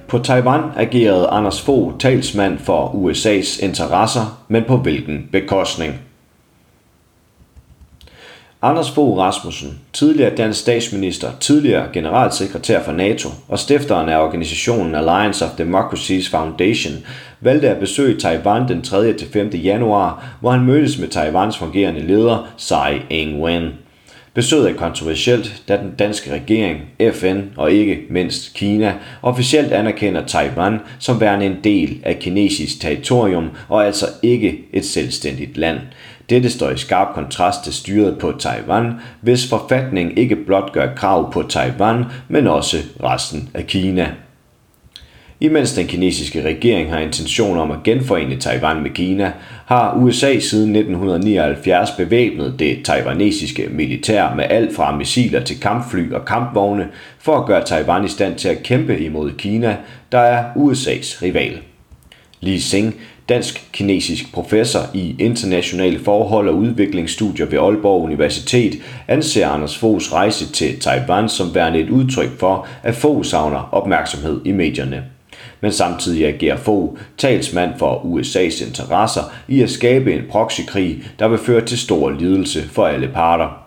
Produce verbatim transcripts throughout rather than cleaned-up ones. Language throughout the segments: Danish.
På Taiwan agerede Anders Fogh talsmand for U S A's interesser, men på hvilken bekostning? Anders Fogh Rasmussen, tidligere dansk statsminister, tidligere generalsekretær for NATO og stifteren af organisationen Alliance of Democracies Foundation, valgte at besøge Taiwan den tredje til femte januar, hvor han mødtes med Taiwans fungerende leder Tsai Ing-wen. Besøget er kontroversielt, da den danske regering, F N og ikke mindst Kina officielt anerkender Taiwan som værende en del af kinesisk territorium og altså ikke et selvstændigt land. Dette står i skarp kontrast til styret på Taiwan, hvis forfatning ikke blot gør krav på Taiwan, men også resten af Kina. Imens den kinesiske regering har intention om at genforene Taiwan med Kina, har U S A siden nitten nioghalvfjerds bevæbnet det taiwanesiske militær med alt fra missiler til kampfly og kampvogne for at gøre Taiwan i stand til at kæmpe imod Kina, der er U S A's rival. Li Xing, dansk-kinesisk professor i internationale forhold og udviklingsstudier ved Aalborg Universitet, anser Anders Foghs rejse til Taiwan som værende et udtryk for, at Fogh savner opmærksomhed i medierne. Men samtidig agerer Fogh talsmand for U S A's interesser i at skabe en proxykrig, der vil føre til stor lidelse for alle parter.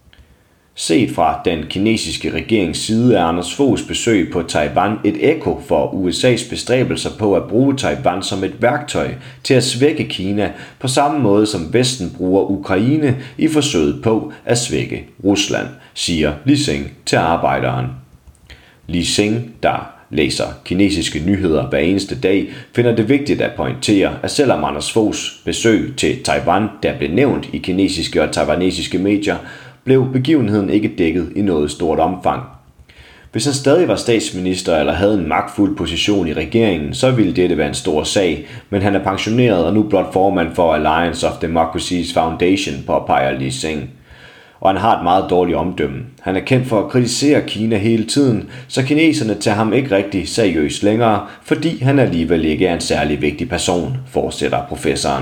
Set fra den kinesiske regerings side er Anders Foghs besøg på Taiwan et ekko for U S A's bestræbelser på at bruge Taiwan som et værktøj til at svække Kina på samme måde som Vesten bruger Ukraine i forsøget på at svække Rusland, siger Li Xing til Arbejderen. Li Xing, der læser kinesiske nyheder hver eneste dag, finder det vigtigt at pointere, at selvom Anders Foghs besøg til Taiwan, der blev nævnt i kinesiske og taiwanesiske medier, blev begivenheden ikke dækket i noget stort omfang. Hvis han stadig var statsminister eller havde en magtfuld position i regeringen, så ville dette være en stor sag, men han er pensioneret og nu blot formand for Alliance of Democracies Foundation, påpeger Li Xing. Og han har et meget dårligt omdømme. Han er kendt for at kritisere Kina hele tiden, så kineserne tager ham ikke rigtig seriøst længere, fordi han alligevel ikke er en særlig vigtig person, fortsætter professoren.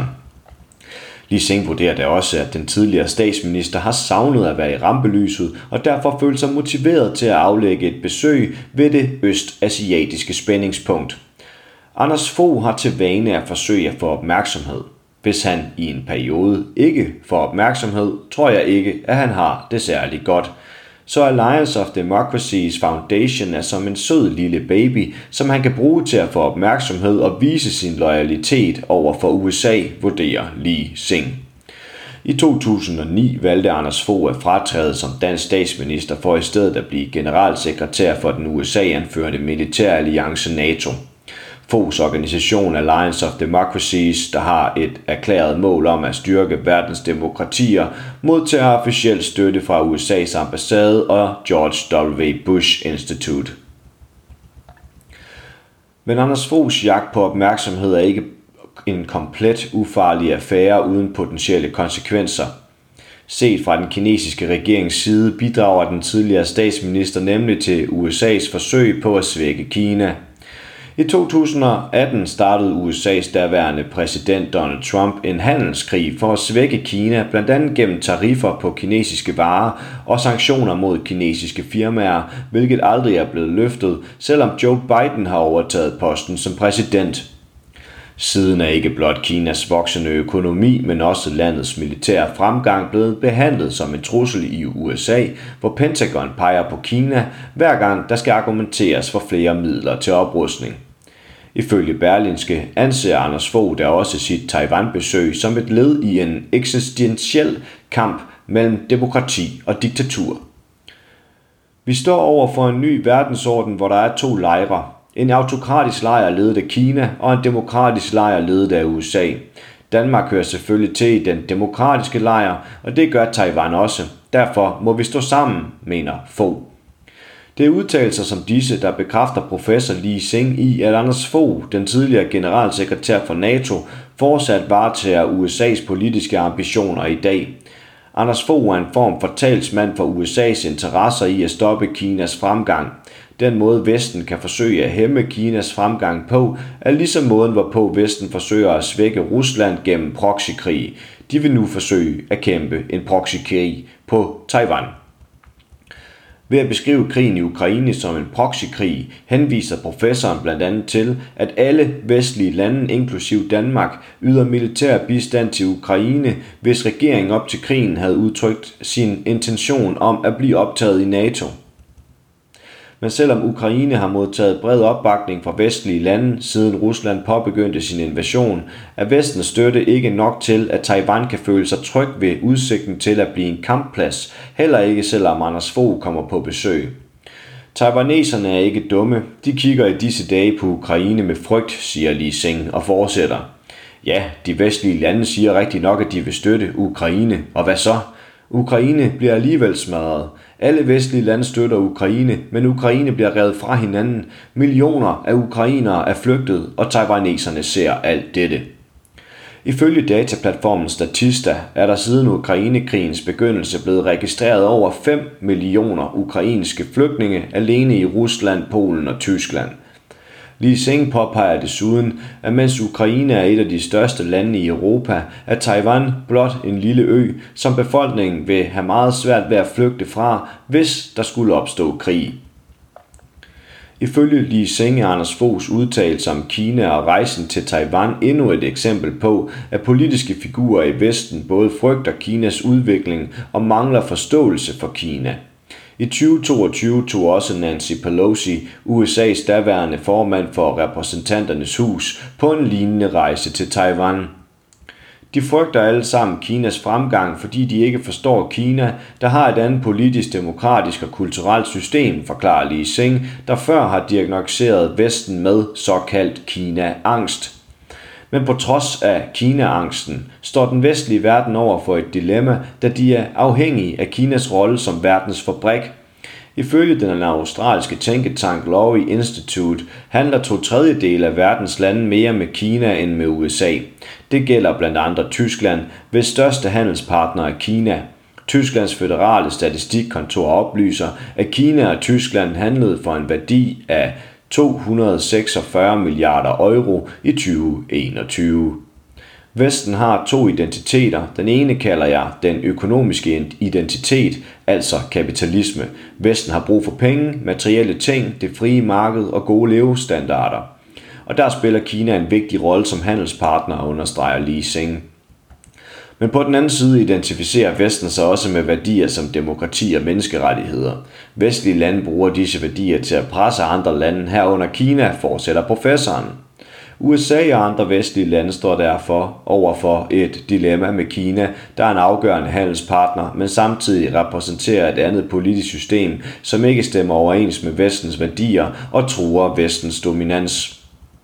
Li Xing vurderer da også, at den tidligere statsminister har savnet at være i rampelyset og derfor følt sig motiveret til at aflægge et besøg ved det østasiatiske spændingspunkt. Anders Fogh har til vane at forsøge at få opmærksomhed. Hvis han i en periode ikke får opmærksomhed, tror jeg ikke, at han har det særligt godt. Så Alliance of Democracies Foundation er som en sød lille baby, som han kan bruge til at få opmærksomhed og vise sin loyalitet over for U S A, vurderer Li Xing. I to tusind og ni valgte Anders Fogh at fratræde som dansk statsminister for i stedet at blive generalsekretær for den U S A-anførte militæralliance NATO. Foghs organisation Alliance of Democracies, der har et erklæret mål om at styrke verdens demokratier, modtager officiel støtte fra U S A's ambassade og George W. Bush Institute. Men Anders Foghs jagt på opmærksomhed er ikke en komplet ufarlig affære uden potentielle konsekvenser. Set fra den kinesiske regerings side bidrager den tidligere statsminister nemlig til U S A's forsøg på at svække Kina. I to tusind og atten startede U S A's daværende præsident Donald Trump en handelskrig for at svække Kina, blandt andet gennem tariffer på kinesiske varer og sanktioner mod kinesiske firmaer, hvilket aldrig er blevet løftet, selvom Joe Biden har overtaget posten som præsident. Siden er ikke blot Kinas voksende økonomi, men også landets militære fremgang blevet behandlet som en trussel i U S A, hvor Pentagon peger på Kina, hver gang der skal argumenteres for flere midler til oprustning. Ifølge Berlingske anser Anders Fogh da også sit Taiwan-besøg som et led i en eksistentiel kamp mellem demokrati og diktatur. Vi står over for en ny verdensorden, hvor der er to lejre. En autokratisk lejr ledet af Kina og en demokratisk lejr ledet af U S A. Danmark hører selvfølgelig til i den demokratiske lejr, og det gør Taiwan også. Derfor må vi stå sammen, mener Fogh. Det er udtalelser som disse, der bekræfter professor Li Xing i, at Anders Fogh, den tidligere generalsekretær for NATO, fortsat varetager U S A's politiske ambitioner i dag. Anders Fogh er en form for talsmand for U S A's interesser i at stoppe Kinas fremgang. Den måde Vesten kan forsøge at hæmme Kinas fremgang på, er ligesom måden, hvorpå Vesten forsøger at svække Rusland gennem proxykrig. De vil nu forsøge at kæmpe en proxykrig på Taiwan. Ved at beskrive krigen i Ukraine som en proxykrig, henviser professoren blandt andet til, at alle vestlige lande, inklusiv Danmark, yder militær bistand til Ukraine, hvis regeringen op til krigen havde udtrykt sin intention om at blive optaget i NATO. Men selvom Ukraine har modtaget bred opbakning fra vestlige lande, siden Rusland påbegyndte sin invasion, er Vestens støtte ikke nok til, at Taiwan kan føle sig tryg ved udsigten til at blive en kampplads, heller ikke selvom Anders Fogh kommer på besøg. Taiwaneserne er ikke dumme. De kigger i disse dage på Ukraine med frygt, siger Lee Sing og fortsætter. Ja, de vestlige lande siger rigtig nok, at de vil støtte Ukraine, og hvad så? Ukraine bliver alligevel smadret. Alle vestlige lande støtter Ukraine, men Ukraine bliver revet fra hinanden. Millioner af ukrainere er flygtet, og taiwaneserne ser alt dette. Ifølge dataplatformen Statista er der siden Ukrainekrigens begyndelse blevet registreret over fem millioner ukrainske flygtninge alene i Rusland, Polen og Tyskland. Lee Sing påpeger desuden, at mens Ukraine er et af de største lande i Europa, er Taiwan blot en lille ø, som befolkningen vil have meget svært ved at flygte fra, hvis der skulle opstå krig. Ifølge Lee Sing er Anders Foghs udtalelser om Kina og rejsen til Taiwan endnu et eksempel på, at politiske figurer i Vesten både frygter Kinas udvikling og mangler forståelse for Kina. I tyve toogtyve tog også Nancy Pelosi, U S A's daværende formand for repræsentanternes hus, på en lignende rejse til Taiwan. De frygter alle sammen Kinas fremgang, fordi de ikke forstår Kina, der har et andet politisk, demokratisk og kulturelt system, forklarer Lee Sing, der før har diagnosticeret Vesten med såkaldt Kina-angst. Men på trods af Kina-angsten står den vestlige verden over for et dilemma, da de er afhængige af Kinas rolle som verdens fabrik. Ifølge den australske tænketank Lowy Institute handler to tredjedele af verdens lande mere med Kina end med U S A. Det gælder blandt andre Tyskland, hvis største handelspartner er Kina. Tysklands føderale statistikkontor oplyser, at Kina og Tyskland handlede for en værdi af to hundrede seksogfyrre milliarder euro i tyve enogtyve. Vesten har to identiteter. Den ene kalder jeg den økonomiske identitet, altså kapitalisme. Vesten har brug for penge, materielle ting, det frie marked og gode levestandarder. Og der spiller Kina en vigtig rolle som handelspartner, understreger Lee Sing. Men på den anden side identificerer Vesten sig også med værdier som demokrati og menneskerettigheder. Vestlige lande bruger disse værdier til at presse andre lande, herunder Kina, fortsætter professoren. U S A og andre vestlige lande står derfor overfor et dilemma med Kina, der er en afgørende handelspartner, men samtidig repræsenterer et andet politisk system, som ikke stemmer overens med Vestens værdier og truer Vestens dominans.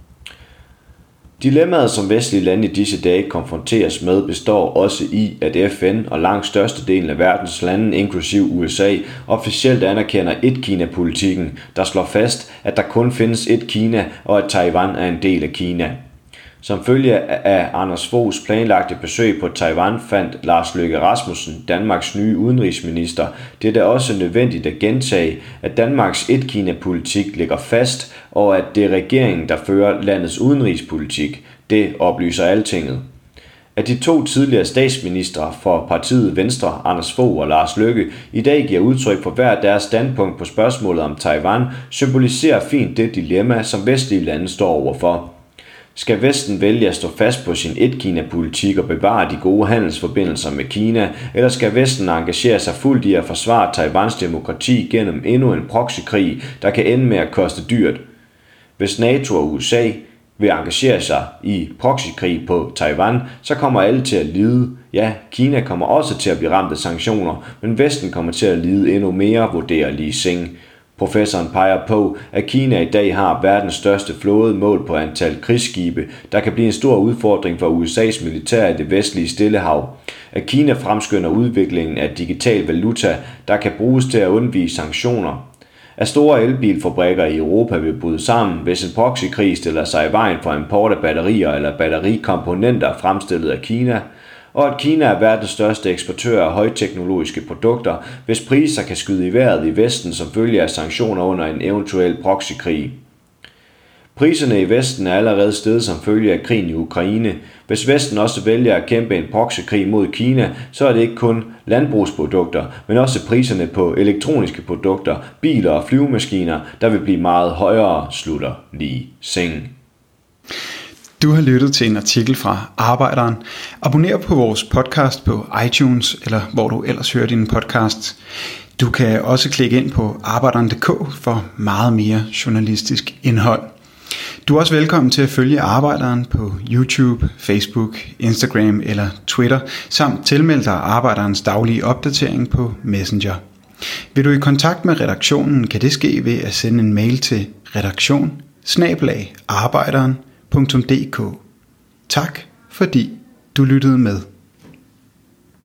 Dilemmaet, som vestlige lande i disse dage konfronteres med, består også i, at F N og langt størstedelen af verdens lande, inklusiv U S A, officielt anerkender et-Kina-politikken, der slår fast, at der kun findes et Kina, og at Taiwan er en del af Kina. Som følge af Anders Foghs planlagte besøg på Taiwan fandt Lars Løkke Rasmussen, Danmarks nye udenrigsminister, det er da også nødvendigt at gentage, at Danmarks et-Kina-politik ligger fast, og at det er regeringen, der fører landets udenrigspolitik. Det oplyser Altinget. At de to tidligere statsministre for partiet Venstre, Anders Fogh og Lars Løkke, i dag giver udtryk for hver deres standpunkt på spørgsmålet om Taiwan, symboliserer fint det dilemma, som vestlige lande står overfor. Skal Vesten vælge at stå fast på sin et-Kina-politik og bevare de gode handelsforbindelser med Kina, eller skal Vesten engagere sig fuldt i at forsvare Taiwans demokrati gennem endnu en proxykrig, der kan ende med at koste dyrt? Hvis NATO og U S A vil engagere sig i proxykrig på Taiwan, så kommer alle til at lide. Ja, Kina kommer også til at blive ramt af sanktioner, men Vesten kommer til at lide endnu mere, vurderer Lee Sing. Professoren peger på, at Kina i dag har verdens største flåde målt på antal krigsskibe, der kan blive en stor udfordring for U S A's militær i det vestlige Stillehav. At Kina fremskynder udviklingen af digital valuta, der kan bruges til at undvige sanktioner. At store elbilfabrikker i Europa vil bryde sammen, hvis en proxykrig stiller sig i vejen for import af batterier eller batterikomponenter fremstillet af Kina. Og at Kina er verdens største eksportør af højteknologiske produkter, hvis priser kan skyde i vejret i Vesten som følge af sanktioner under en eventuel proxykrig. Priserne i Vesten er allerede steget som følge af krigen i Ukraine. Hvis Vesten også vælger at kæmpe en proxykrig mod Kina, så er det ikke kun landbrugsprodukter, men også priserne på elektroniske produkter, biler og flyvemaskiner, der vil blive meget højere, slutter Lee Sing. Du har lyttet til en artikel fra Arbejderen. Abonner på vores podcast på iTunes, eller hvor du ellers hører dine podcasts. Du kan også klikke ind på arbejderen punktum d k for meget mere journalistisk indhold. Du er også velkommen til at følge Arbejderen på YouTube, Facebook, Instagram eller Twitter, samt tilmelde dig Arbejderens daglige opdatering på Messenger. Vil du i kontakt med redaktionen, kan det ske ved at sende en mail til redaktion bindestreg arbejderen punktum d k. Tak fordi du lyttede med.